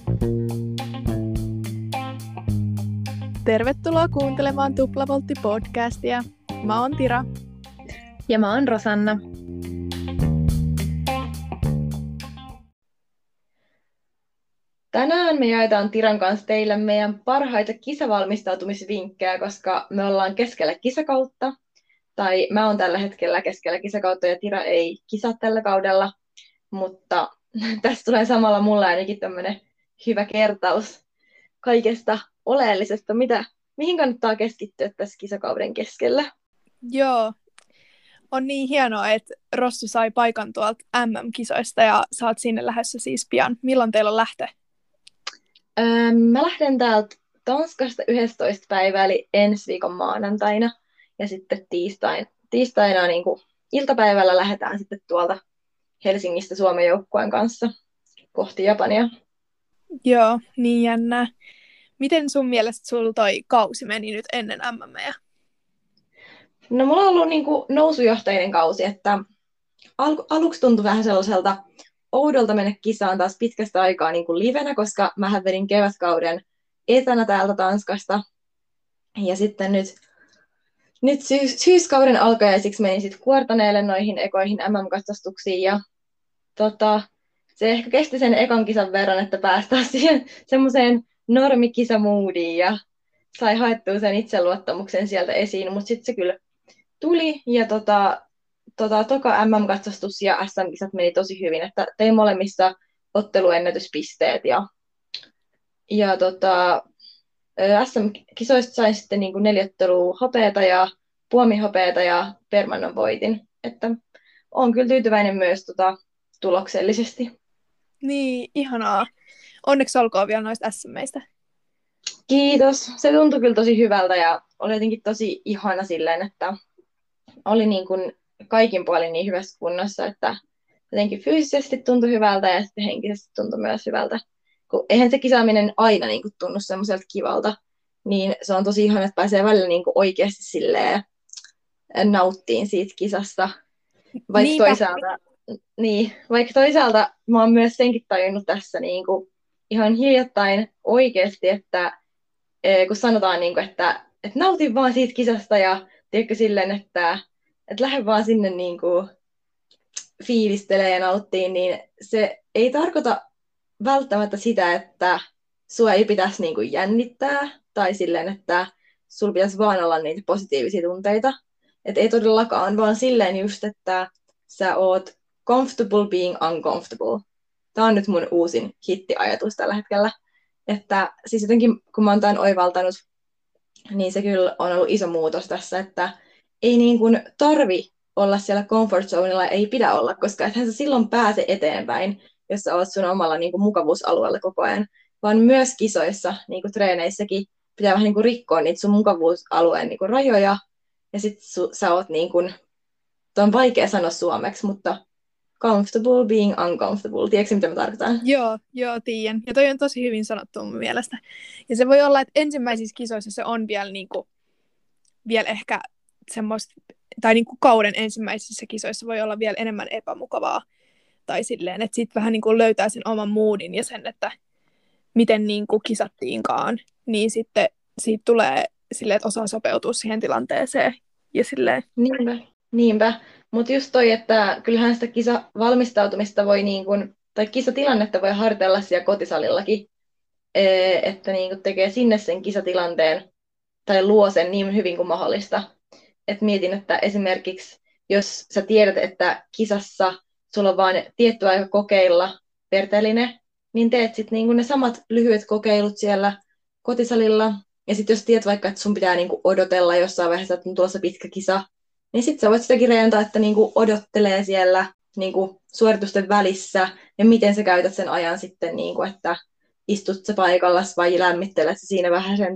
Tervetuloa kuuntelemaan Tuplavoltti-podcastia. Mä oon Tira. Ja mä oon Rosanna. Tänään me jaetaan Tiran kanssa teille meidän parhaita kisavalmistautumisvinkkejä, koska me ollaan keskellä kisakautta. Tai mä oon tällä hetkellä keskellä kisakautta ja Tira ei kisa tällä kaudella. Mutta tässä tulee samalla mulla ainakin tämmönen hyvä kertaus kaikesta oleellisesta, mihin kannattaa keskittyä tässä kisakauden keskellä. Joo, on niin hienoa, että Rossu sai paikan tuolta MM-kisoista ja sä oot sinne lähdössä siis pian. Milloin teillä on lähtö? Mä lähden täältä Tanskasta 11. päivää, eli ensi viikon maanantaina. Ja sitten tiistaina niin kuin iltapäivällä lähdetään sitten tuolta Helsingistä Suomen joukkueen kanssa kohti Japania. Joo, niin jännää. Miten sun mielestä sulla toi kausi meni nyt ennen MM:ää? No mulla on ollut niin kuin nousujohtainen kausi, että aluksi tuntui vähän sellaiselta oudolta mennä kisaan taas pitkästä aikaa niin kuin livenä, koska mähän vedin kevätkauden etänä täältä Tanskasta. Ja sitten nyt syyskauden alkajaisiksi menin sitten kuortaneelle noihin ekoihin MM-katsastuksiin. Ja se ehkä kesti sen ekan kisan verran, että päästään siihen semmoiseen normikisamoodiin ja sai haettua sen itseluottamuksen sieltä esiin. Mutta sitten se kyllä tuli ja toka MM-katsastus ja SM-kisat meni tosi hyvin, että tein molemmissa otteluennätyspisteet ja SM-kisoista sain sitten niin kuin 4 ottelua hopeata ja puomihopeata ja permannon voitin, että olen kyllä tyytyväinen myös tuloksellisesti. Niin, ihanaa. Onneksi olkoon vielä noista SM:istä. Kiitos. Se tuntui kyllä tosi hyvältä ja oli jotenkin tosi ihana silleen, että oli niin kuin kaikin puolin niin hyvässä kunnossa, että jotenkin fyysisesti tuntui hyvältä ja sitten henkisesti tuntui myös hyvältä. Kun eihän se kisaaminen aina niin kuin tunnu semmoiselta kivalta, niin se on tosi ihana, että pääsee välillä niin kuin oikeasti silleen nauttiin siitä kisasta. Vaikka toisaalta mä oon myös senkin tajunnut tässä niin kuin ihan hiljattain oikeasti, että kun sanotaan, niin kuin, että nautin vaan siitä kisasta ja tiedätkö silleen, että lähde vaan sinne niin kuin fiilistelee ja nauttii, niin se ei tarkoita välttämättä sitä, että sua ei pitäisi niin kuin jännittää tai silleen, että sulla pitäisi vaan olla niitä positiivisia tunteita. Että ei todellakaan, vaan silleen just, että sä oot comfortable being uncomfortable. Tämä on nyt mun uusin hittiajatus tällä hetkellä. Että siis jotenkin, kun mä oon tämän oivaltanut, niin se kyllä on ollut iso muutos tässä, että ei niin kuin tarvi olla siellä comfort zonella, ei pidä olla, koska ethän sä silloin pääse eteenpäin, jos sä oot sun omalla niin kuin mukavuusalueella koko ajan, vaan myös kisoissa, niin kuin treeneissäkin, pitää vähän niin kuin rikkoa niitä sun mukavuusalueen niin kuin rajoja, ja sit sä oot niin kuin, on vaikea sanoa suomeksi, mutta comfortable being uncomfortable. Tiedätkö, mitä mä tarkoitan? Joo, tiedän. Ja toi on tosi hyvin sanottu mun mielestä. Ja se voi olla, että ensimmäisissä kisoissa se on vielä, vielä ehkä semmoista, tai niin kuin kauden ensimmäisissä kisoissa voi olla vielä enemmän epämukavaa. Tai silleen, että sitten vähän niin kuin löytää sen oman moodin ja sen, että miten niin kuin kisattiinkaan. Niin sitten siitä tulee silleen, että osaa sopeutua siihen tilanteeseen. Ja silleen. Niinpä. Mutta just toi, että kyllähän sitä kisavalmistautumista voi tai kisatilannetta voi harjoitella siellä kotisalillakin, että tekee sinne sen kisatilanteen tai luo sen niin hyvin kuin mahdollista. Et mietin, että esimerkiksi jos sä tiedät, että kisassa sulla on vain tietty aika kokeilla verteline, niin teet sitten ne samat lyhyet kokeilut siellä kotisalilla. Ja sitten jos tiedät vaikka, että sun pitää odotella jossain vaiheessa, että on tulossa pitkä kisa, niin sitten sä voit sitäkin reentaa, että odottelee siellä suoritusten välissä ja miten sä käytät sen ajan sitten, että istut sä paikallas vai lämmittelet sä siinä vähäsen.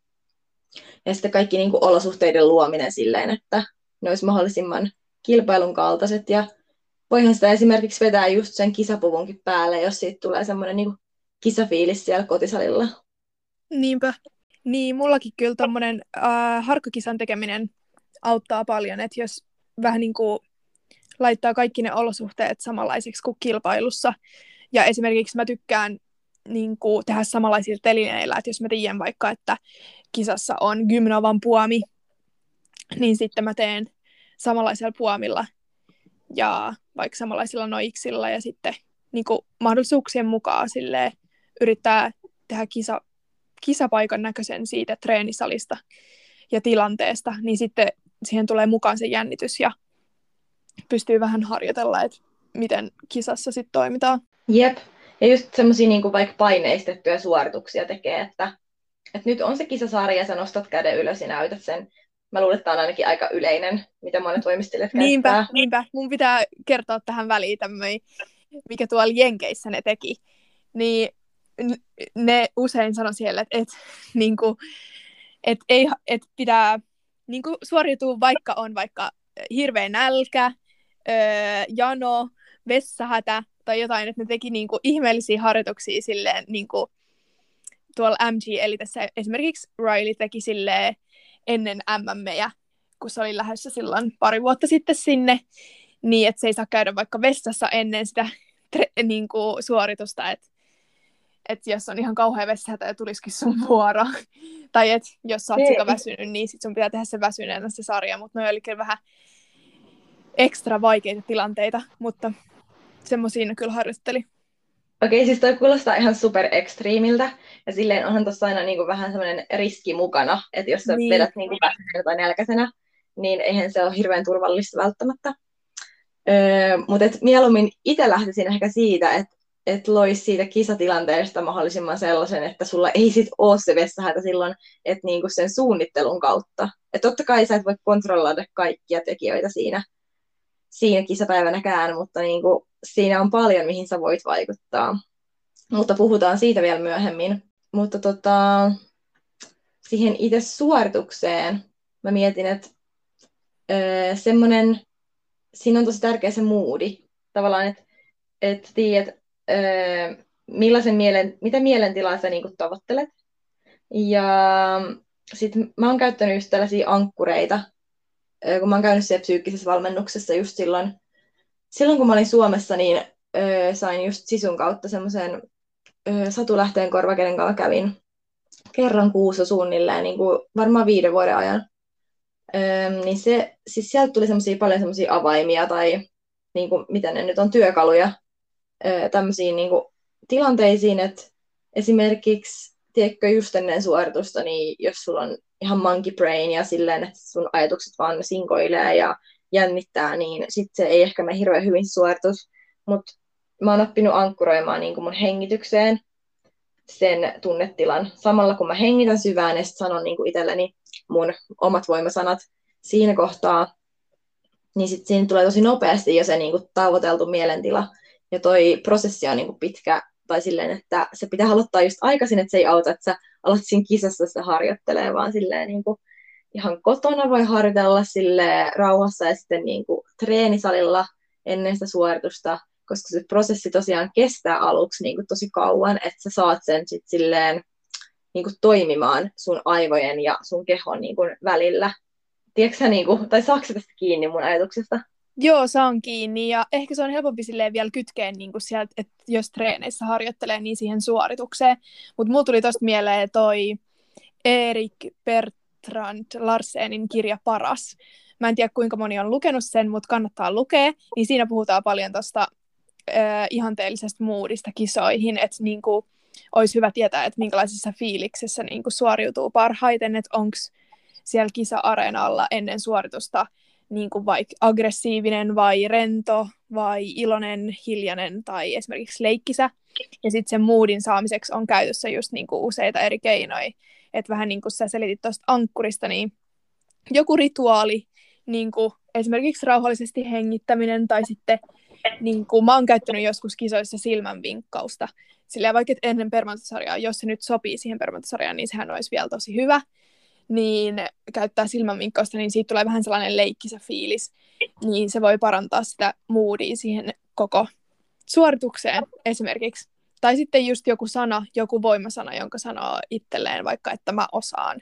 Ja sitten kaikki olosuhteiden luominen silleen, että ne olisi mahdollisimman kilpailun kaltaiset. Ja voihan sitä esimerkiksi vetää just sen kisapuvunkin päälle, jos siitä tulee semmoinen kisafiilis siellä kotisalilla. Niinpä. Niin, mullakin kyllä tommonen harkkakisan tekeminen auttaa paljon, että jos vähän laittaa kaikki ne olosuhteet samanlaisiksi kuin kilpailussa. Ja esimerkiksi mä tykkään niin kuin tehdä samanlaisilla telineillä, että jos mä tiedän vaikka, että kisassa on Gymnovan puomi, niin sitten mä teen samanlaisella puomilla ja vaikka samanlaisilla noiksilla ja sitten niin kuin mahdollisuuksien mukaan silleen, yrittää tehdä kisapaikan näköisen siitä treenisalista ja tilanteesta, niin sitten siihen tulee mukaan se jännitys ja pystyy vähän harjoitella, että miten kisassa sitten toimitaan. Jep. Ja just semmoisia niin vaikka paineistettuja suorituksia tekee, että nyt on se kisasarja ja sä nostat käden ylös ja näytät sen. Mä luulen, että tämä on ainakin aika yleinen, mitä monet voimistelijat käyttää. Niinpä. Mun pitää kertoa tähän väliin tämmöinen, mikä tuolla Jenkeissä ne teki. Niin ne usein sanoi siellä, niinku, että pitää niinku suoriutua, vaikka on vaikka hirveä nälkä, jano, vessahätä tai jotain, että ne teki niinku ihmeellisiä harjoituksia silleen, niinku tuolla MG, eli tässä esimerkiksi Riley teki silleen ennen MM:jä, kun se oli lähdössä silloin pari vuotta sitten sinne, niin että se ei saa käydä vaikka vessassa ennen sitä niinku suoritusta, että jos on ihan kauhea vessahätä ja tulisikin sun vuoro, tai että jos sä oot sika väsynyt, niin sit sun pitää tehdä se väsyneenä se sarja, mutta ne oli kyllä vähän ekstra vaikeita tilanteita, mutta semmosia kyllä harjoitteli. Okei, siis toi kuulostaa ihan super ekstriimiltä, ja silleen onhan tossa aina niinku vähän semmoinen riski mukana, että jos sä vedät niinku väsyneenä tai nälkäisenä, niin eihän se ole hirveän turvallista välttämättä. Mutta mieluummin itse lähtisin ehkä siitä, että loisi siitä kisatilanteesta mahdollisimman sellaisen, että sulla ei sit ole se vessahätä silloin, että niinku sen suunnittelun kautta. Että totta kai sä et voi kontrolloida kaikkia tekijöitä siinä kisapäivänäkään, mutta niinku, siinä on paljon, mihin sä voit vaikuttaa. Mutta puhutaan siitä vielä myöhemmin. Mutta siihen itse suoritukseen mä mietin, että semmoinen, siinä on tosi tärkeä se moodi. Tavallaan, että tiedät, mitä mielentilaa sä niinku tavoittelet. Ja sitten mä oon käyttänyt just tällaisia ankkureita, kun mä oon käynyt siellä psyykkisessä valmennuksessa just silloin kun mä olin Suomessa, niin sain just Sisun kautta semmoisen Satu Lähteenkorva, kenen kanssa kävin kerran kuussa suunnilleen, niin kuin varmaan 5 vuoden ajan. Niin siis sieltä tuli paljon semmoisia avaimia tai niin kuin, mitä ne nyt on, työkaluja tämmöisiin niin kuin tilanteisiin, että esimerkiksi, tiedätkö, just ennen suoritusta, niin jos sulla on ihan monkey brain ja silleen, että sun ajatukset vaan sinkoilee ja jännittää, niin sitten se ei ehkä mene hirveän hyvin suoritus. Mutta mä oon oppinut ankkuroimaan niin kuin mun hengitykseen sen tunnetilan. Samalla kun mä hengitän syvään ja sitten sanon niin kuin itselleni mun omat voimasanat siinä kohtaa, niin sitten siinä tulee tosi nopeasti jo se niin kuin tavoiteltu mielentila. Ja toi prosessi on niin kuin pitkä, tai silleen, että se pitää aloittaa just aikaisin, että se ei auta, että sä alat siinä kisassa sitä harjoittelee, vaan silleen niin kuin ihan kotona voi harjoitella silleen rauhassa ja sitten niin kuin treenisalilla ennen sitä suoritusta, koska se prosessi tosiaan kestää aluksi niin kuin tosi kauan, että sä saat sen sitten silleen niin kuin toimimaan sun aivojen ja sun kehon niin kuin välillä. Tiedätkö sä, niin kuin, tai saako tästä kiinni mun ajatuksesta? Joo, saan kiinni ja ehkä se on helpompi silleen vielä kytkeen niin kuin sieltä, että jos treeneissä harjoittelee niin siihen suoritukseen. Mutta mulla tuli tosta mieleen toi Erik Bertrand Larsenin kirja Paras. Mä en tiedä kuinka moni on lukenut sen, mutta kannattaa lukea. Niin siinä puhutaan paljon tosta ihanteellisesta moodista kisoihin, että niinku, olisi hyvä tietää, että minkälaisessa fiiliksessä niinku suoriutuu parhaiten, että onko siellä kisa-areenalla ennen suoritusta niinku vaikka aggressiivinen vai rento vai iloinen, hiljainen tai esimerkiksi leikkisä. Ja sitten sen moodin saamiseksi on käytössä just niinku useita eri keinoja. Että vähän niin kuin sä selitit tuosta ankkurista, niin joku rituaali, niinku esimerkiksi rauhallisesti hengittäminen tai sitten niin kuin mä oon käyttänyt joskus kisoissa silmänvinkkausta. Silleen vaikka ennen permantasarjaa, jos se nyt sopii siihen permantasarjaan, niin sehän olisi vielä tosi hyvä. Niin käyttää silmänvinkkausta, niin siitä tulee vähän sellainen leikkisä fiilis. Niin se voi parantaa sitä moodia siihen koko suoritukseen esimerkiksi. Tai sitten just joku sana, joku voimasana, jonka sanoo itselleen vaikka, että mä osaan.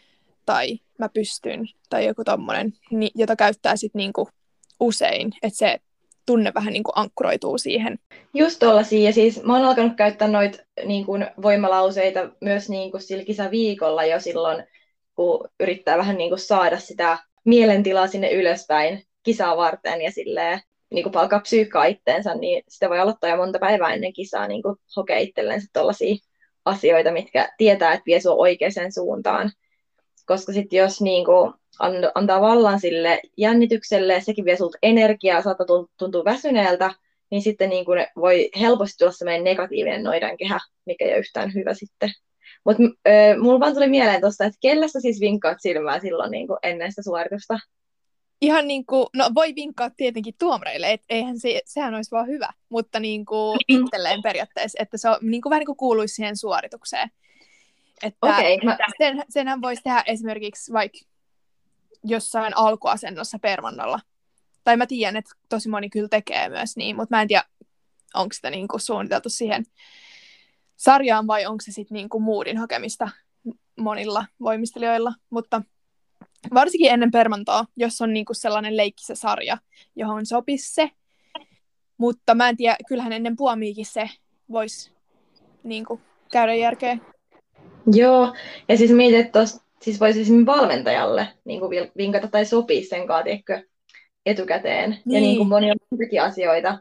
Tai mä pystyn. Tai joku tommonen, jota käyttää sitten niinku usein. Että se tunne vähän niin kuin ankkuroituu siihen. Just tollasia, ja siis mä oon alkanut käyttää noita niin kuin voimalauseita myös niin kuin sillä kisaviikolla jo silloin, kun yrittää vähän niin kuin saada sitä mielentilaa sinne ylöspäin kisaa varten ja silleen niin kuin alkaa psyykkaa itteensä, niin sitä voi aloittaa jo monta päivää ennen kisaa niin kuin hokea itsellensä tollaisia asioita, mitkä tietää, että vie sua oikeaan suuntaan. Koska sitten jos niin kuin antaa vallan sille jännitykselle, sekin vie sulta energiaa, saattaa tuntua väsyneeltä, niin sitten niin kuin voi helposti tulla sellainen negatiivinen noidankehä, mikä ei ole yhtään hyvä sitten. Mutta mulla vaan tuli mieleen tuosta, että kelle sä siis vinkkaat silmää silloin niin kuin ennen sitä suoritusta? Ihan niin kuin, no voi vinkkaa tietenkin tuomareille, että eihän sehän olisi vaan hyvä, mutta niin kuin itselleen periaatteessa, että se on niin kuin vähän niin kuin kuuluisi siihen suoritukseen. Että senhän voisi tehdä esimerkiksi vaikka jossain alkuasennossa permannolla. Tai mä tiedän, että tosi moni kyllä tekee myös niin, mutta mä en tiedä, onko sitä niin kuin suunniteltu siihen sarjaan vai onko se sitten niin kuin moodin hakemista monilla voimistelijoilla. Mutta varsinkin ennen permantoa, jos on niin kuin sellainen leikkisä sarja, johon sopisi se. Mutta mä en tiedä, kyllähän ennen puomiikin se voisi niin kuin käydä järkeä. Joo, ja siis mietit, että siis voisi esimerkiksi valmentajalle niin kuin vinkata tai sopia sen kanssa etukäteen. Niin. Ja niin kuin monia muitakin asioita.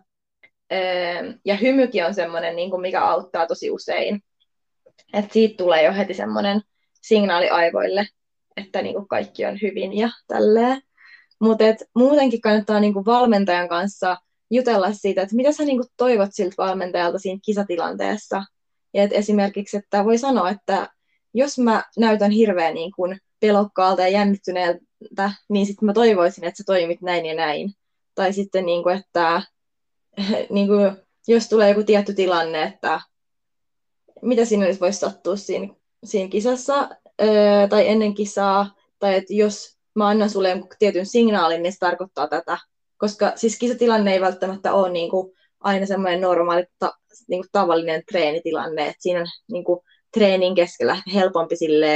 Ja hymykin on semmoinen, niin kuin mikä auttaa tosi usein. Että siitä tulee jo heti semmoinen signaali aivoille, että niin kuin kaikki on hyvin ja tälleen. Mutta muutenkin kannattaa niin kuin valmentajan kanssa jutella siitä, että mitä sä niin kuin toivot siltä valmentajalta siinä kisatilanteessa. Ja et esimerkiksi, että voi sanoa, että jos mä näytän hirveän niin kuin pelokkaalta ja jännittyneeltä, niin sitten mä toivoisin, että sä toimit näin ja näin. Tai sitten, niin kuin, että niin kuin, jos tulee joku tietty tilanne, että mitä siinä voisi sattua siinä kisassa tai ennen kisaa, tai että jos mä annan sulle jonkun tietyn signaalin, niin se tarkoittaa tätä. Koska siis kisatilanne ei välttämättä ole niin kuin aina semmoinen normaali niin kuin tavallinen treenitilanne, että siinä on niin kuin treenin keskellä helpompi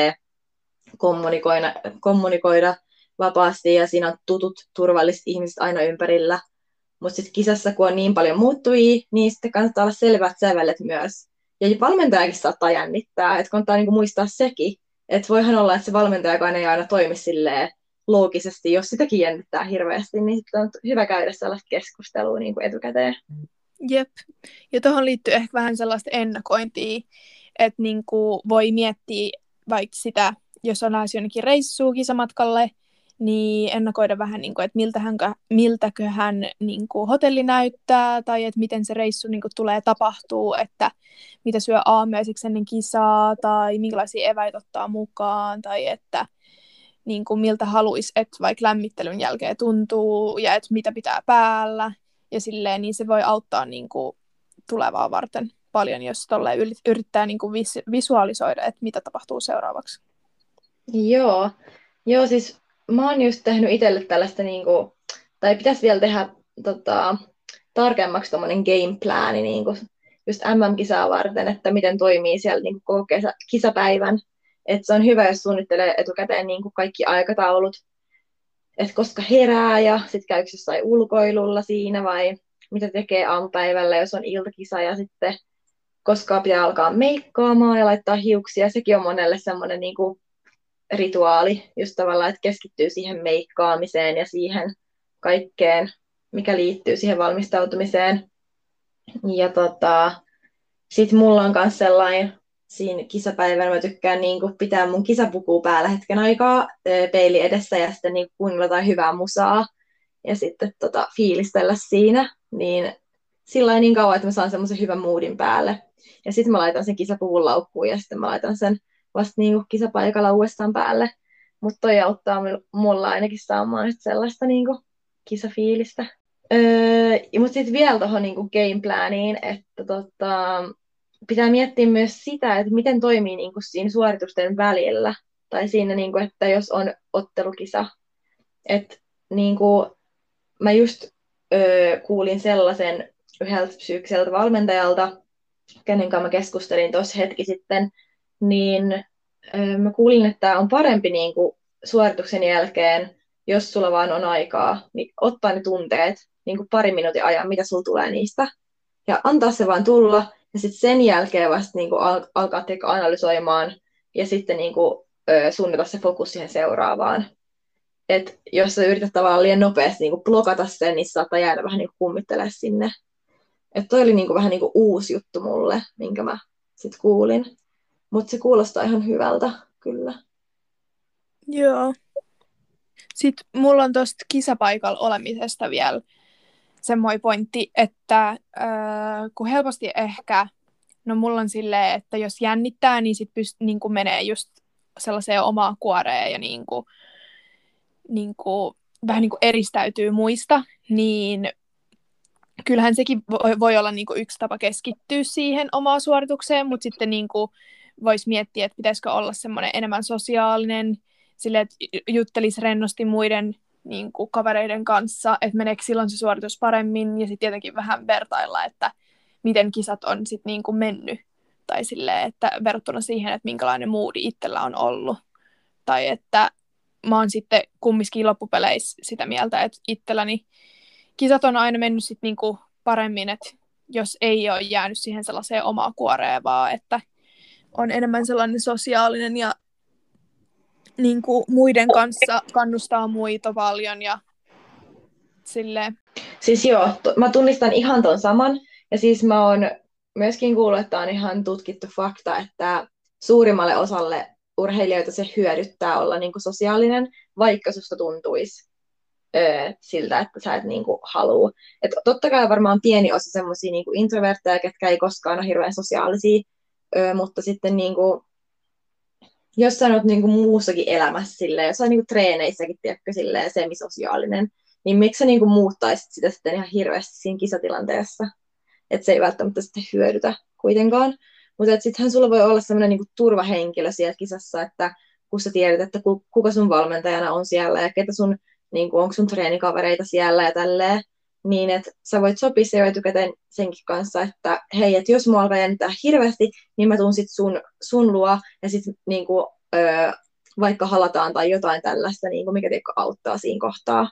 kommunikoida vapaasti ja siinä on tutut, turvalliset ihmiset aina ympärillä. Mutta sitten kisassa, kun on niin paljon muuttujia, niin sitten kannattaa olla selvät sävelet myös. Ja valmentajakin saattaa jännittää, että kannattaa niinku muistaa sekin, että voihan olla, että se valmentajakaan ei aina toimi silleen loogisesti, jos sitäkin jännittää hirveästi, niin sitten on hyvä käydä sellaista keskustelua niin kuin etukäteen. Jep. Ja tuohon liittyy ehkä vähän sellaista ennakointia, että niinku voi miettiä vaikka sitä, jos on lähes jonnekin reissuun kisamatkalle, niin ennakoida vähän, niin kuin, että miltäköhän niin kuin hotelli näyttää, tai että miten se reissu niin kuin, tulee tapahtuu, että mitä syö aamiaiseksi ennen kisaa, tai minkälaisia eväitä ottaa mukaan, tai että niin kuin, miltä haluaisi, että vaikka lämmittelyn jälkeen tuntuu, ja että mitä pitää päällä, ja silleen, niin se voi auttaa niin kuin, tulevaa varten paljon, jos tolleen yrittää niin kuin, visualisoida, että mitä tapahtuu seuraavaksi. Joo, siis mä oon just tehnyt itselle tällaista, niinku, tai pitäisi vielä tehdä tarkemmaksi tommonen game plani, niinku, just MM-kisaa varten, että miten toimii siellä niinku, koko kisapäivän. Että se on hyvä, jos suunnittelee etukäteen niinku, kaikki aikataulut, että koska herää ja sitten käykö jossain ulkoilulla siinä vai mitä tekee aamupäivällä, jos on iltakisa ja sitten koska pitää alkaa meikkaamaan ja laittaa hiuksia. Sekin on monelle semmoinen niinku, rituaali, just tavallaan, että keskittyy siihen meikkaamiseen ja siihen kaikkeen, mikä liittyy siihen valmistautumiseen. Ja sit mulla on myös sellainen, siinä kisapäivänä mä tykkään niin kuin pitää mun kisapukua päällä hetken aikaa peili edessä ja sitten niin kuunnella jotain hyvää musaa ja sitten fiilistellä siinä, niin sillä niin kauan, että mä saan semmoisen hyvän moodin päälle. Ja sitten mä laitan sen kisapuvun laukkuun ja sitten mä laitan sen vasta niinku kisapaikalla uudestaan päälle. Mutta toi auttaa mulla ainakin saamaan sellaista niinku kisafiilistä. Mutta sitten vielä tuohon niinku game planiin, että pitää miettiä myös sitä, että miten toimii niinku siinä suoritusten välillä. Tai siinä, niinku, että jos on ottelukisa. Että niinku, mä just kuulin sellaisen yhdeltä psyykkiseltä valmentajalta, kenen kanssa mä keskustelin tuossa hetki sitten, niin mä kuulin, että on parempi niin kuin suorituksen jälkeen, jos sulla vaan on aikaa, niin ottaa ne tunteet niin kuin pari minuutin ajan, mitä sulla tulee niistä. Ja antaa se vaan tulla, ja sitten sen jälkeen vasta niin kuin alkaa analysoimaan, ja sitten niin kuin, suunnata se fokus siihen seuraavaan. Et jos sä yrität tavallaan liian nopeasti niin kuin blokata sen, niin saattaa jäädä vähän niin kuin kummittelemaan sinne. Että toi oli niin kuin vähän niin kuin uusi juttu mulle, minkä mä sitten kuulin. Mutta se kuulostaa ihan hyvältä, kyllä. Joo. Sitten mulla on tuosta kisapaikalla olemisesta vielä semmoinen pointti, että kun helposti ehkä, no mulla on silleen, että jos jännittää, niin sit niin menee just sellaiseen omaan kuoreen ja vähän niin kuin eristäytyy muista, niin kyllähän sekin voi olla niin kuin yksi tapa keskittyä siihen omaan suoritukseen, mutta sitten niin kuin voisi miettiä, että pitäisikö olla semmoinen enemmän sosiaalinen, silleen, että juttelisi rennosti muiden niin kuin kavereiden kanssa, että meneekö silloin se suoritus paremmin, ja sitten tietenkin vähän vertailla, että miten kisat on sitten niin kuin mennyt, tai silleen, että verrattuna siihen, että minkälainen moodi itsellä on ollut, tai että mä oon sitten kumminkin loppupeleissä sitä mieltä, että itselläni kisat on aina mennyt sit niinku paremmin, että jos ei ole jäänyt siihen sellaiseen omaan kuoreen, vaan että on enemmän sellainen sosiaalinen ja niinku muiden kanssa kannustaa muita paljon ja silleen. Siis joo, mä tunnistan ihan ton saman. Ja siis mä oon myöskin kuullut, että on ihan tutkittu fakta, että suurimmalle osalle urheilijoita se hyödyttää olla niinku sosiaalinen, vaikka susta tuntuisi siltä, että sä et niinku halua. Et totta kai varmaan pieni osa semmoisia niinku introvertteja, ketkä ei koskaan ole hirveän sosiaalisia, mutta sitten niinku, jos sä oot niinku muussakin elämässä silleen, jos sä niinku treeneissäkin tiedätkö, silleen semisosiaalinen, niin miksi sä niinku muuttaisit sitä sitten ihan hirveästi siinä kisatilanteessa? Että se ei välttämättä sitten hyödytä kuitenkaan. Mutta sittenhän sulla voi olla semmoinen niinku turvahenkilö siellä kisassa, että kun sä tiedät, että kuka sun valmentajana on siellä ja ketä sun niin kuin, onko sun treenikavereita siellä ja tälleen, niin että sä voit sopia se jo etukäteen senkin kanssa, että hei, että jos mua alkaa jännittää hirveästi, niin mä tuun sit sun luo ja sit niin kuin, vaikka halataan tai jotain tällaista, niin kuin, mikä tiedätkö, auttaa siinä kohtaa.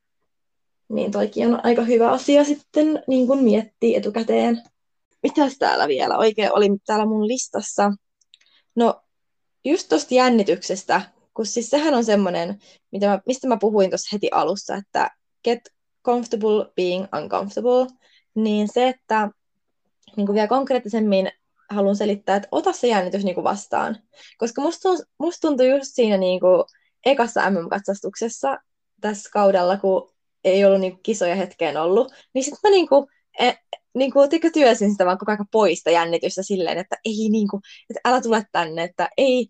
Niin toikin on aika hyvä asia sitten niin kuin miettiä etukäteen. Mitäs täällä vielä oikein oli täällä mun listassa? No, just tosta jännityksestä, kun siis sehän on semmoinen, mistä mä puhuin tuossa heti alussa, että get comfortable being uncomfortable, niin se, että niin kuin vielä konkreettisemmin haluan selittää, että ota se jännitys niin kuin vastaan. Koska musta tuntui just siinä niin kuin ekassa MM-katsastuksessa tässä kaudella, kun ei ollut niin kuin kisoja hetkeen ollut, niin sitten mä niin kuin työsin sitä vaan koko ajan pois sitä jännitystä silleen, että ei niin kuin, että älä tule tänne, että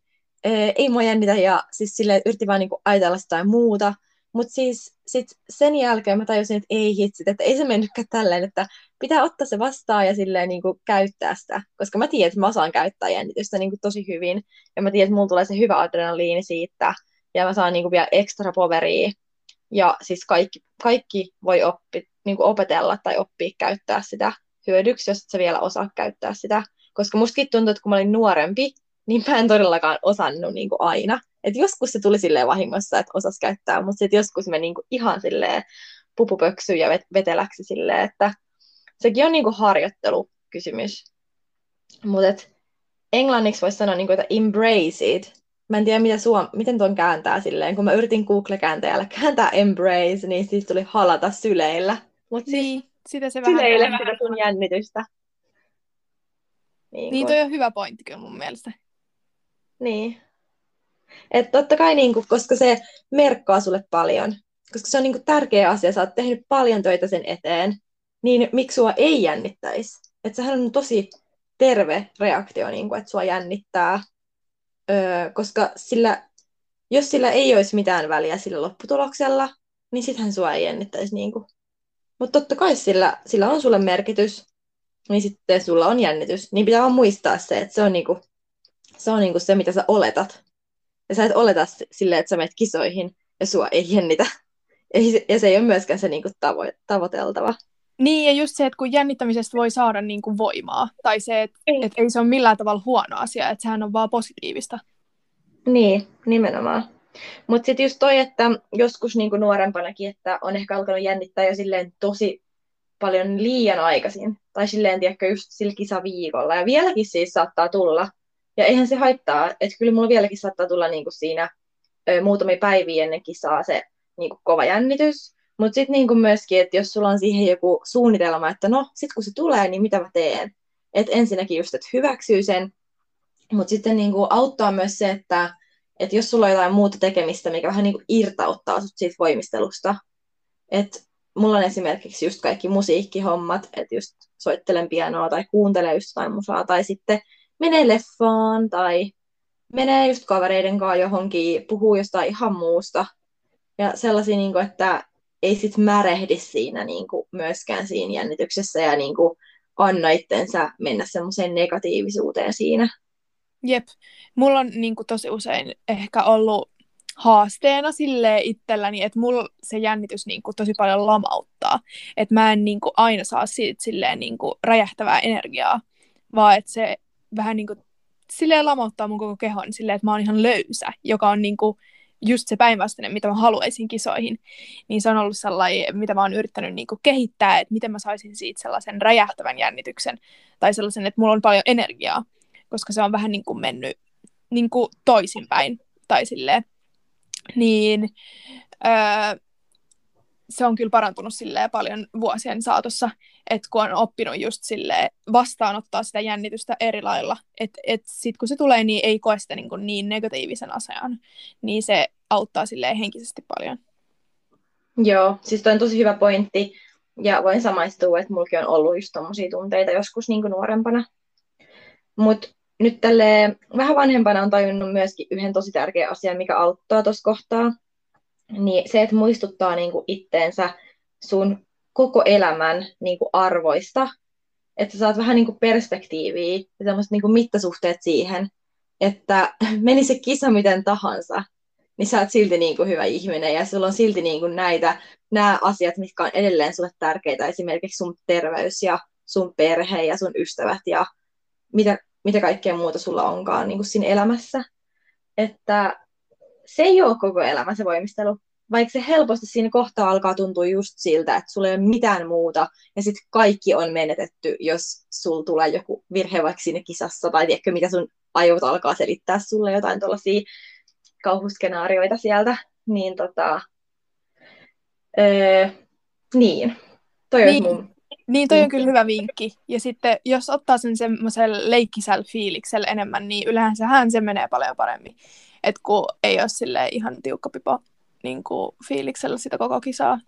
ei mua jännitä ja siis silleen, että yritin vaan niinku ajatella jotain muuta. Mutta siis sit sen jälkeen mä tajusin, että ei hitsit, että ei se mennytkään tälleen, että pitää ottaa se vastaan ja silleen niinku käyttää sitä. Koska mä tiedän, että mä osaan käyttää jännitystä niinku tosi hyvin. Ja mä tiedän, että mulla tulee se hyvä adrenaliini siitä. Ja mä saan niinku vielä extra poweria. Ja siis kaikki voi niinku opetella tai oppia käyttää sitä hyödyksi, jos et sä vielä osaa käyttää sitä. Koska mustakin tuntuu, että kun mä olin nuorempi, niin mä en todellakaan osannut niin kuin aina. Et joskus se tuli silleen vahingossa, että osasi käyttää, mutta sitten joskus me niin kuin ihan silleen pupupöksyyn ja veteläksi silleen, että sekin on niin kuin harjoittelukysymys. Mutta englanniksi voisi sanoa, niin kuin, että embrace it. Mä en tiedä, miten tuon kääntää silleen. Kun mä yritin Google-kääntäjällä kääntää embrace, niin siis tuli halata syleillä. Mutta niin, sitä se syleillä vähän sitä sun jännitystä. Niin toi on hyvä pointti kyllä mun mielestä. Niin. Että totta kai, niin kuin, koska se merkkaa sulle paljon, koska se on niin kuin, tärkeä asia, sä oot tehnyt paljon töitä sen eteen, niin miksi sua ei jännittäisi? Että sehän on tosi terve reaktio, niin kuin, että sua jännittää, koska jos sillä ei olisi mitään väliä sillä lopputuloksella, niin sittenhän sua ei jännittäisi. Niin kuin. Mutta totta kai sillä on sulle merkitys, niin sitten sulla on jännitys, niin pitää vaan muistaa se, että se on niinku se, mitä sä oletat. Ja sä et oleta silleen, että sä menet kisoihin ja sua ei jännitä. Ja se ei ole myöskään se niinku tavoiteltava. Niin, ja just se, että kun jännittämisestä voi saada niinku voimaa, tai se, että et ei se ole millään tavalla huono asia, että sehän on vaan positiivista. Niin, nimenomaan. Mutta sitten just toi, että joskus niinku nuorempanakin, että on ehkä alkanut jännittää jo silleen tosi paljon liian aikaisin. Tai silleen, tiedätkö, just sillä kisaviikolla. Ja vieläkin siis saattaa tulla. Ja eihän se haittaa, että kyllä mulla vieläkin saattaa tulla niinku siinä muutamia päiviä ennen kisaa se niinku kova jännitys. Mutta sitten niinku myöskin, että jos sulla on siihen joku suunnitelma, että no, sit kun se tulee, niin mitä mä teen? Että ensinnäkin just, että hyväksyy sen. Mutta sitten niinku auttaa myös se, että jos sulla on jotain muuta tekemistä, mikä vähän niinku irtauttaa sut siitä voimistelusta. Että mulla on esimerkiksi just kaikki musiikkihommat, että just soittelen pianoa tai kuuntelen just jotain musaa, tai sitten menee leffaan, tai menee just kavereiden kanssa johonkin, puhuu jostain ihan muusta. Ja sellaisia, niin kuin, että ei sit märehdi siinä niin kuin, myöskään siinä jännityksessä ja niin kuin, anna itsensä mennä semmoiseen negatiivisuuteen siinä. Jep. Mulla on niin kuin, tosi usein ehkä ollut haasteena silleen itselläni, että mulla se jännitys niin kuin, tosi paljon lamauttaa. Että mä en niin kuin, aina saa siitä silleen niin kuin, räjähtävää energiaa, vaan että se vähän niin kuin, silleen lamauttaa mun koko kehon silleen, että mä oon ihan löysä, joka on niin kuin, just se päinvastainen, mitä mä haluaisin kisoihin. Niin se on ollut sellainen, mitä mä oon yrittänyt niin kuin, kehittää, että miten mä saisin siitä sellaisen räjähtävän jännityksen tai sellaisen, että mulla on paljon energiaa, koska se on vähän niin kuin mennyt niin kuin toisinpäin tai silleen. Niin se on kyllä parantunut silleen paljon vuosien saatossa, että kun on oppinut just silleen vastaanottaa sitä jännitystä eri lailla, että sit kun se tulee, niin ei koe sitä niin negatiivisen asian, niin se auttaa silleen henkisesti paljon. Joo, siis toi on tosi hyvä pointti, ja voin samaistua, että mullakin on ollut just tommosia tunteita joskus niin kuin nuorempana. Mutta nyt tälleen vähän vanhempana on tajunnut myöskin yhden tosi tärkeän asian, mikä auttaa tuossa kohtaa. Niin se, että muistuttaa niinku itteensä sun koko elämän niinku arvoista. Että sä saat vähän niinku perspektiiviä ja semmoiset niinku mittasuhteet siihen, että meni se kisa miten tahansa, niin sä oot silti niinku hyvä ihminen ja sulla on silti niinku nämä asiat, mitkä on edelleen sulle tärkeitä, esimerkiksi sun terveys ja sun perhe ja sun ystävät ja mitä kaikkea muuta sulla onkaan niinku siinä elämässä. Että se ei ole koko elämä se voimistelu, vaikka se helposti siinä kohtaa alkaa tuntua just siltä, että sulla ei ole mitään muuta, ja sitten kaikki on menetetty, jos sulla tulee joku virhe vaikka siinä kisassa, tai tiedätkö, mitä sun aivot alkaa selittää sulle jotain tuollaisia kauhuskenaarioita sieltä, niin niin, toi olisi Niin, mun niin toi on vinkki. kyllä hyvä vinkki. Ja sitten jos ottaa sen semmoisella leikkisellä fiiliksellä enemmän, niin yleensähän se menee paljon paremmin. Että kun ei ole silleen ihan tiukka pipo niin kuin fiiliksellä sitä koko kisaa.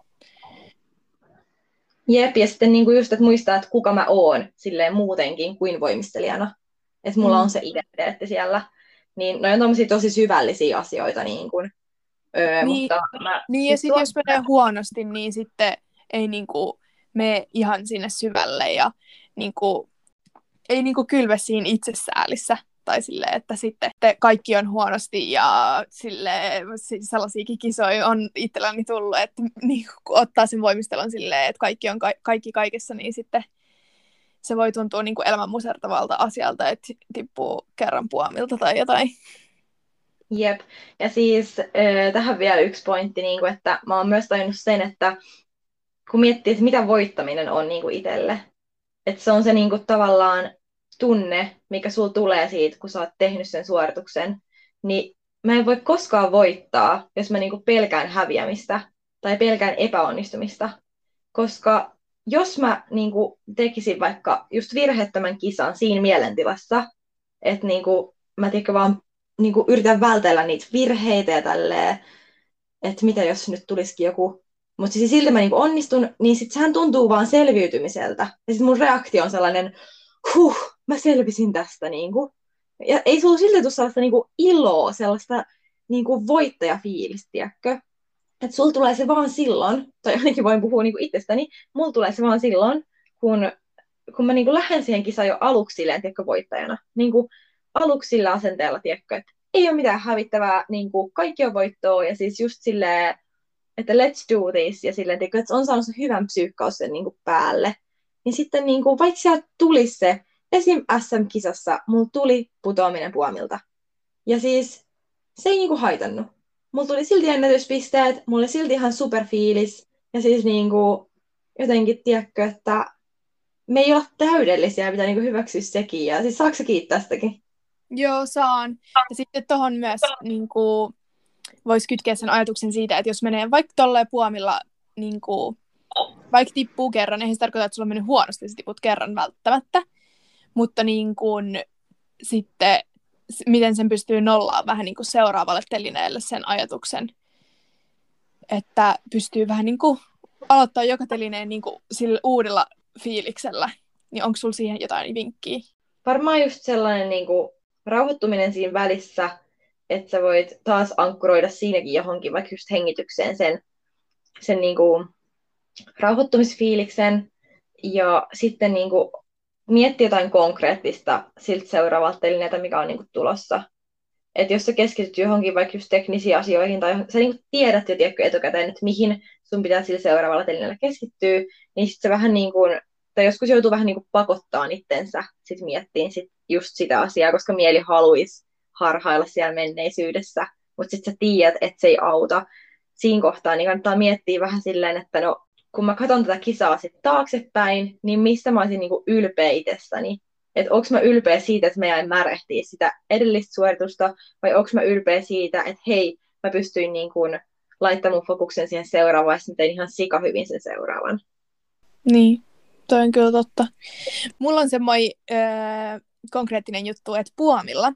Jep, ja sitten niinku just, että muistaa, että kuka mä oon silleen muutenkin kuin voimistelijana. Että mulla on se identiteetti siellä. Niin ne on tommosia tosi syvällisiä asioita. Niin kuin, Niin, mutta mä niin ja sit sitten jos menee huonosti, niin sitten ei niinku mene ihan sinne syvälle ja niinku, ei niinku kylve siinä itsesäälissä. Tai silleen, että sitten kaikki on huonosti ja sellaisiakin kisoja on itselläni tullut, että niinku, kun ottaa sen voimistelun silleen, että kaikki on kaikki kaikessa, niin sitten se voi tuntua niinku elämän musertavalta asialta, että tippuu kerran puomilta tai jotain. Jep. Ja siis tähän vielä yksi pointti, niin kuin, että mä oon myös tajunnut sen, että kun miettii, että mitä voittaminen on niin kuin itselle, että se on se niin kuin, tavallaan tunne, mikä sulla tulee siitä, kun sä oot tehnyt sen suorituksen, niin mä en voi koskaan voittaa, jos mä niin kuin, pelkään häviämistä tai pelkään epäonnistumista, koska jos mä niin kuin, tekisin vaikka just virheettömän kisan siinä mielentilassa, että niin kuin, mä tiedän, vaan niin kuin yritän vältellä niitä virheitä ja tälleen, että mitä jos nyt tulisikin joku, mutta siis silti mä niin kuin onnistun, niin sit sehän tuntuu vaan selviytymiseltä. Ja sitten mun reaktio on sellainen, mä selvisin tästä. Niin kuin. Ja ei sulla silti tule sellaista niin kuin iloa, sellaista niin kuin voittajafiilistä, tiedätkö? Että sulla tulee se vaan silloin, tai ainakin voin puhua niin kuin itsestäni, mulla tulee se vaan silloin, kun mä niin kuin lähden siihen kisaan jo aluksi silleen, tiedätkö, voittajana. Niin kuin aluksi sillä asenteella, tiedätkö, että ei ole mitään hävittävää, niin kuin kaikki on voittoa, ja siis just silleen, että let's do this, ja silleen, tiedätkö, että on saanut se hyvän psyykkaus sen niin kuin päälle. Niin sitten, niin kuin, vaikka sieltä tulisi se, esim. SM-kisassa, mulla tuli putoaminen puomilta. Ja siis se ei niin kuin haitannut. mulla tuli silti ennätyspisteet, mulla oli silti ihan superfiilis. Ja siis niinku, jotenkin tiedätkö, että me ei olla täydellisiä, pitää niinku hyväksyä sekin. Ja siis saako sä kiittää tästäkin? Joo, saan. Ja sitten tuohon myös niin kuin, voisi kytkeä sen ajatuksen siitä, että jos menee vaikka tolleen puomilla, niin kuin, vaikka tippuu kerran, eihän se tarkoita, että sulla on mennyt huonosti, että tiput kerran välttämättä. Mutta niin kuin, sitten, miten sen pystyy nollaamaan vähän niin kuin seuraavalle telineelle sen ajatuksen, että pystyy vähän niin kuin aloittaa joka telineen niin kuin sillä uudella fiiliksellä. Niin onko sulla siihen jotain vinkkiä? Varmaan just sellainen niinku rauhoittuminen siinä välissä, että sä voit taas ankkuroida siinäkin johonkin, vaikka just hengitykseen sen niinku rauhoittumisfiiliksen ja sitten niinku miettiä jotain konkreettista siltä seuraavalta telineeltä, mikä on niinku tulossa. Että jos sä keskityt johonkin vaikka just teknisiin asioihin tai sä niinku tiedät jo tiedätkö, etukäteen, että mihin sun pitää sillä seuraavalla telineellä keskittyä, niin sitten se vähän niin kuin, tai joskus joutuu vähän niin kuin pakottaa itsensä sit miettiin sit just sitä asiaa, koska mieli haluaisi harhailla siellä menneisyydessä, mutta sitten sä tiedät, että se ei auta. Siinä kohtaa niin kannattaa miettiä vähän silleen, että no, kun mä katson tätä kisaa sitten taaksepäin, niin missä mä olisin niin kuin ylpeä itsestäni. Että onko mä ylpeä siitä, että mä jäin märehtiä sitä edellistä suoritusta, vai onko mä ylpeä siitä, että hei, mä pystyin niin kuin laittamaan mun fokuksen siihen seuraavaan, ja sitten tein ihan sika hyvin sen seuraavan. Niin, toi on kyllä totta. Mulla on semmoinen konkreettinen juttu, että puomilla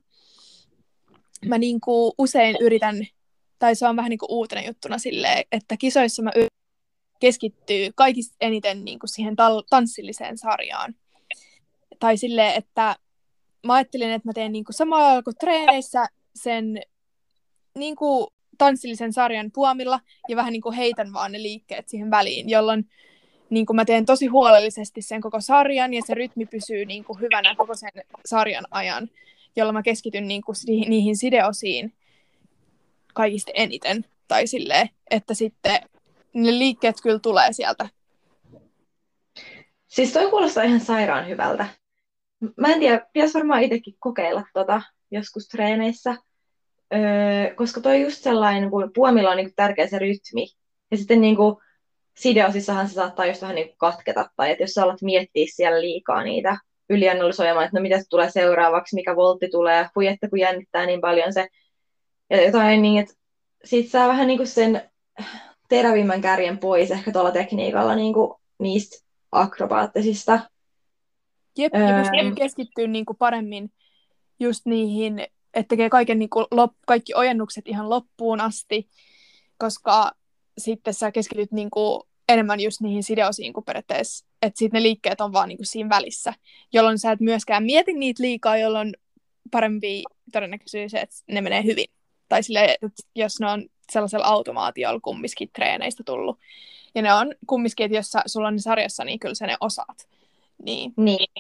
mä niinku usein yritän, tai se on vähän niinku uutena juttuna silleen, että kisoissa mä yritän keskittyä kaikista eniten niinku siihen tanssilliseen sarjaan. Tai silleen, että mä ajattelin, että mä teen niinku samalla kuin treeneissä sen niinku tanssillisen sarjan puomilla ja vähän niinku heitän vaan ne liikkeet siihen väliin, jolloin niinku mä teen tosi huolellisesti sen koko sarjan ja se rytmi pysyy niinku hyvänä koko sen sarjan ajan, jolloin mä keskityn niinku niihin sideosiin kaikista eniten. Tai silleen, että sitten ne liikkeet kyllä tulee sieltä. Siis toi kuulostaa ihan sairaan hyvältä. Mä en tiedä, pitäisi varmaan itsekin kokeilla joskus treeneissä, koska toi on just sellainen, kun puomilla on niinku tärkeä se rytmi. Ja sitten niinku sideosissahan se saattaa just vähän niinku katketa, tai että jos sä alat miettiä siellä liikaa niitä ylianalysoimaan, että no mitä tulee seuraavaksi, mikä voltti tulee, että kun jännittää niin paljon se, ja jotain niin, että sit saa vähän niinku sen terävimmän kärjen pois ehkä tuolla tekniikalla niinku niistä akrobaattisista. Jep, ja pystyy keskittyä niinku paremmin just niihin, että tekee kaiken niinku kaikki ojennukset ihan loppuun asti, koska sitten sä keskityt niinku enemmän just niihin sideosiin kuin periaatteessa, että sitten ne liikkeet on vaan niinku siinä välissä, jolloin sä et myöskään mieti niitä liikaa, jolloin parempi todennäköisyys, että ne menee hyvin. Tai silleen, että jos ne on sellaisella automaatiolla kumminkin treeneistä tullut. Ja ne on kumminkin, että jos sulla on ne sarjassa, niin kyllä sä ne osaat. Niin.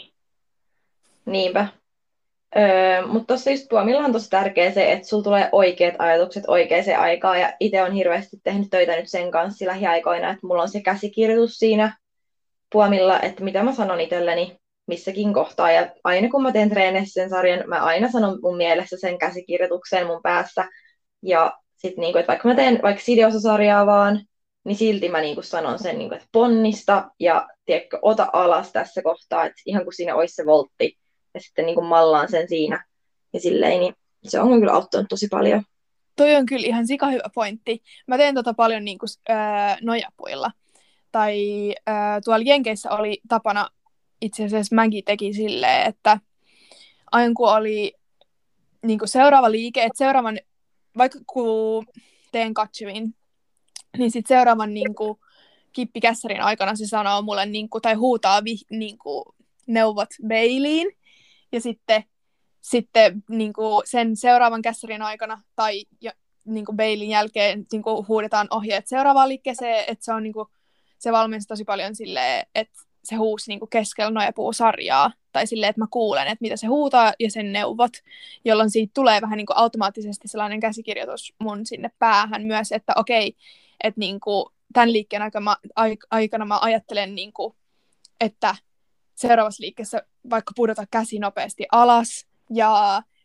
Niinpä. Mutta tuossa just puomilla on tosi tärkeää se, että sulla tulee oikeat ajatukset oikeaan aikaan. Ja itse on hirveästi tehnyt töitä nyt sen kanssa lähiaikoina, että mulla on se käsikirjoitus siinä puomilla, että mitä mä sanon itselleni missäkin kohtaa. Ja aina kun mä teen treeneissä sen sarjan, mä aina sanon mun mielessä sen käsikirjoituksen mun päässä. Ja sitten, niinku, että vaikka mä teen vaikka sideosasarjaa vaan, niin silti mä niinku sanon sen, niinku, että ponnista ja tiedätkö, ota alas tässä kohtaa, että ihan kuin siinä olisi se voltti. Ja sitten niinku mallaan sen siinä. Ja silleen, niin se on kyllä auttanut tosi paljon. Toi on kyllä ihan sika hyvä pointti. Mä teen paljon niinku, nojapuilla. Tai tuolla Jenkeissä oli tapana, itse asiassa mäkin teki silleen, että aina kun oli niinku seuraava liike, että seuraavan, vaikka kun teen katsuin, niin sitten seuraavan niinku, kippikässärin aikana se sanoo mulle, niinku, tai huutaa niinku, neuvot Baileyin, ja sitten niinku, sen seuraavan kässärin aikana, tai niinku, Baileyin jälkeen niinku, huudetaan ohjeet seuraavaan liikkeeseen, että se on niinku, se valmensi tosi paljon silleen, että se huusi niinku keskellä nojapuusarjaa, tai silleen, että mä kuulen, että mitä se huutaa ja sen neuvot, jolloin siitä tulee vähän niinku automaattisesti sellainen käsikirjoitus mun sinne päähän myös, että okei, että niinku tämän liikkeen aikana mä ajattelen, niinku, että seuraavassa liikkeessä vaikka pudota käsi nopeasti alas ja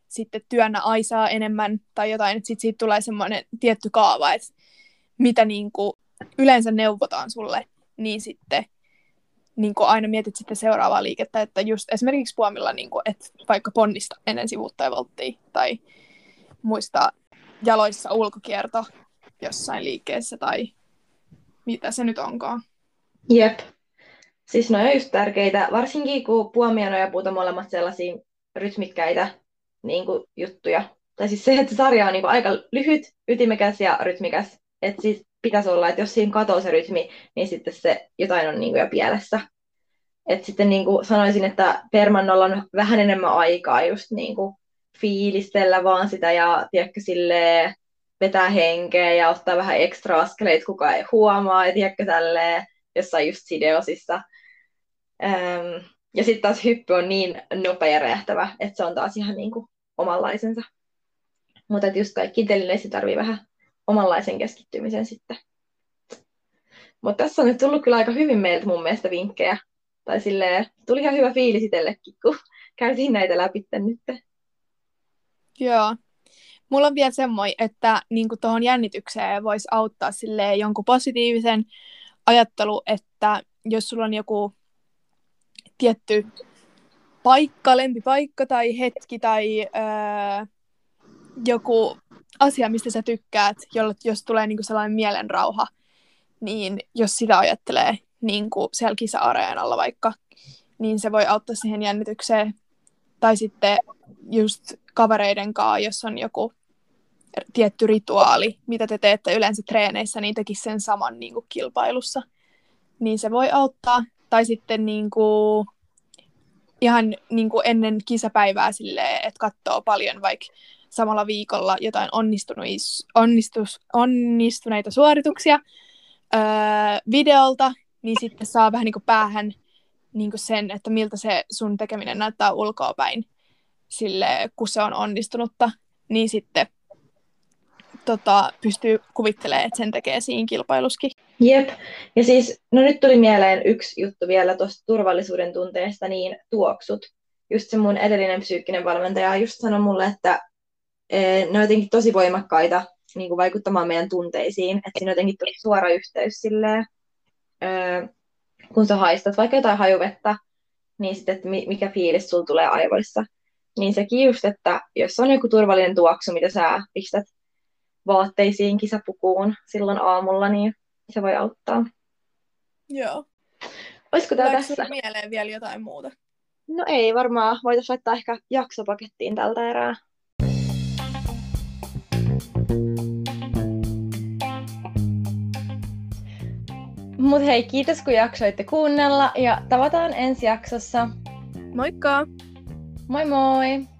sitten työnnä aisaa enemmän tai jotain, että sitten siitä tulee semmoinen tietty kaava, että mitä niin kuin yleensä neuvotaan sulle, niin sitten niin kuin aina mietit sitten seuraavaa liikettä, että just esimerkiksi puomilla, niin kuin, että vaikka ponnista ennen sivuutta ja volttia, tai muista jaloissa ulkokierto jossain liikkeessä, tai mitä se nyt onkaan. Jep. Siis ne on just tärkeitä, varsinkin kun puomi ja nojapuut on molemmat sellaisia rytmikkäitä niin kuin juttuja. Tai siis se, että se sarja on niin kuin aika lyhyt, ytimekäs ja rytmikäs. Että siis pitäisi olla, että jos siinä katoo se rytmi, niin sitten se jotain on niin kuin jo pielessä. Että sitten niin kuin sanoisin, että permannolla on vähän enemmän aikaa just niin kuin fiilistellä vaan sitä ja tiedätkö, silleen, vetää henkeä ja ottaa vähän ekstra askeleita, kukaan ei huomaa ja tiedätkö, tälleen, jossain just sideosissa. Ja sitten taas hyppy on niin nopea ja räjähtävä, että se on taas ihan niin kuin omanlaisensa. Mutta just kaikkiin telineisiin tarvii vähän omanlaisen keskittymisen sitten. Mutta tässä on nyt tullut kyllä aika hyvin meiltä mun mielestä vinkkejä. Tai silleen, tuli ihan hyvä fiilis itsellekin, kun käytiin näitä läpi nyt. Joo. Mulla on vielä semmoinen, että niin tuohon jännitykseen voisi auttaa silleen jonkun positiivisen ajattelu, että jos sulla on joku tietty paikka, lempipaikka tai hetki tai joku asia, mistä sä tykkäät, jos tulee niinku sellainen mielenrauha, niin jos sitä ajattelee niinku siellä kisa-areenalla vaikka, niin se voi auttaa siihen jännitykseen. Tai sitten just kavereiden kanssa, jos on joku tietty rituaali, mitä te teette yleensä treeneissä, niin tekisi sen saman niinku kilpailussa. Niin se voi auttaa. Tai sitten niinku ihan niinku ennen kisapäivää silleen, että katsoo paljon vaikka samalla viikolla jotain onnistuneita suorituksia videolta, niin sitten saa vähän niinku päähän niinku sen, että miltä se sun tekeminen näyttää ulkoapäin silleen, kun se on onnistunutta, niin sitten pystyy kuvittelemaan, että sen tekee siinä kilpailuskin. Jep. Ja siis, no nyt tuli mieleen yksi juttu vielä tuosta turvallisuuden tunteesta, niin tuoksut. Just se mun edellinen psyykkinen valmentaja just sanoi mulle, että ne on jotenkin tosi voimakkaita niin kuin vaikuttamaan meidän tunteisiin. Että siinä on jotenkin tosi suora yhteys silleen, kun sä haistat vaikka jotain hajuvettä, niin sitten, että mikä fiilis sulla tulee aivoissa. Niin sekin just, että jos on joku turvallinen tuoksu, mitä sä pistät vaatteisiin, kisapukuun silloin aamulla, niin se voi auttaa. Joo. Olisiko tää tässä? Tuleeko mieleen vielä jotain muuta? No ei varmaan. Voitaisiin laittaa ehkä jaksopakettiin tältä erää. Mut hei, kiitos kun jaksoitte kuunnella ja tavataan ensi jaksossa. Moikka! Moi moi!